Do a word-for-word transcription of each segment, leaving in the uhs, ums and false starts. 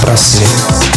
Просвет.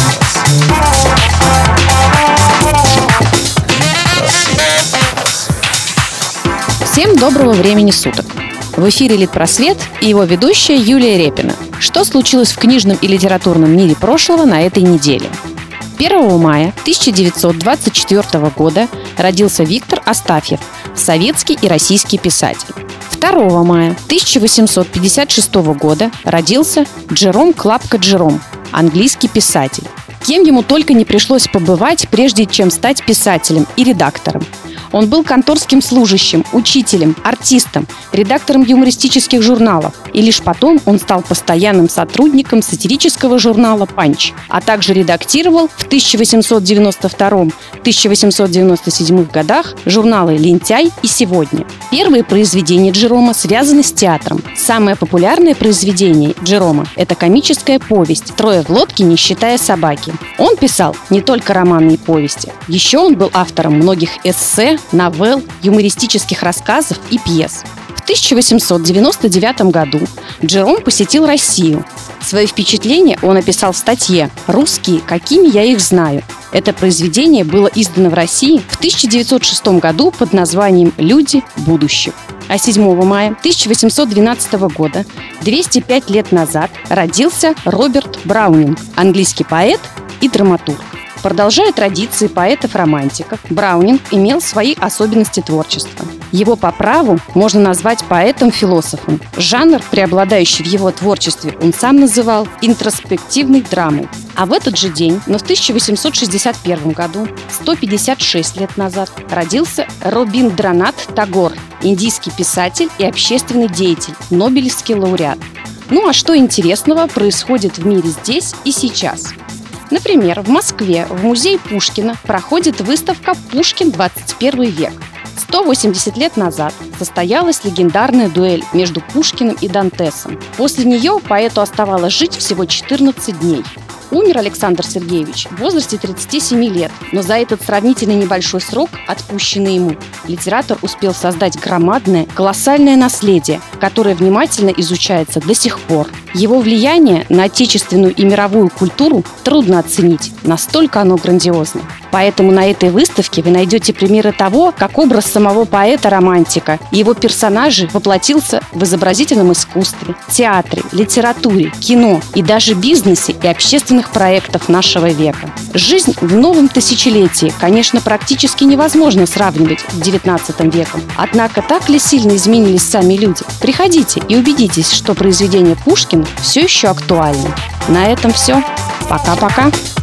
Всем доброго времени суток! В эфире «Литпросвет» и его ведущая Юлия Репина. Что случилось в книжном и литературном мире прошлого на этой неделе? первого мая тысяча девятьсот двадцать четвёртого года родился Виктор Астафьев, советский и российский писатель. второго мая тысяча восемьсот пятьдесят шестого года родился Джером Клапка Джером, английский писатель. Кем ему только не пришлось побывать, прежде чем стать писателем и редактором. Он был конторским служащим, учителем, артистом, редактором юмористических журналов. И лишь потом он стал постоянным сотрудником сатирического журнала «Панч», а также редактировал в тысяча восемьсот девяносто втором — тысяча восемьсот девяносто седьмом годах журналы «Лентяй» и «Сегодня». Первые произведения Джерома связаны с театром. Самое популярное произведение Джерома – это комическая повесть «Трое в лодке, не считая собаки». Он писал не только романы и повести. Еще он был автором многих эссе, новелл, юмористических рассказов и пьес. В тысяча восемьсот девяносто девятом году Джером посетил Россию. Свои впечатления он описал в статье «Русские, какими я их знаю». Это произведение было издано в России в тысяча девятьсот шестом году под названием «Люди будущего». А седьмого мая тысяча восемьсот двенадцатого года, двести пять лет назад, родился Роберт Браунинг, английский поэт и драматург. Продолжая традиции поэтов-романтиков, Браунинг имел свои особенности творчества. Его по праву можно назвать поэтом-философом. Жанр, преобладающий в его творчестве, он сам называл интроспективной драмой. А в этот же день, но в тысяча восемьсот шестьдесят первом году, сто пятьдесят шесть лет назад, родился Робиндранат Тагор, индийский писатель и общественный деятель, нобелевский лауреат. Ну а что интересного происходит в мире здесь и сейчас? Например, в Москве в музее Пушкина проходит выставка «Пушкин. двадцать первый век». сто восемьдесят лет назад состоялась легендарная дуэль между Пушкиным и Дантесом. После нее поэту оставалось жить всего четырнадцать дней. Умер Александр Сергеевич в возрасте тридцати семи лет, но за этот сравнительно небольшой срок, отпущенный ему, литератор успел создать громадное, колоссальное наследие, которое внимательно изучается до сих пор. Его влияние на отечественную и мировую культуру трудно оценить, настолько оно грандиозно. Поэтому на этой выставке вы найдете примеры того, как образ самого поэта-романтика и его персонажей воплотился в изобразительном искусстве, театре, литературе, кино и даже бизнесе и общественных проектах нашего века. Жизнь в новом тысячелетии, конечно, практически невозможно сравнивать с девятнадцатым веком. Однако так ли сильно изменились сами люди? Приходите и убедитесь, что произведение Пушкина все еще актуально. На этом все. Пока-пока.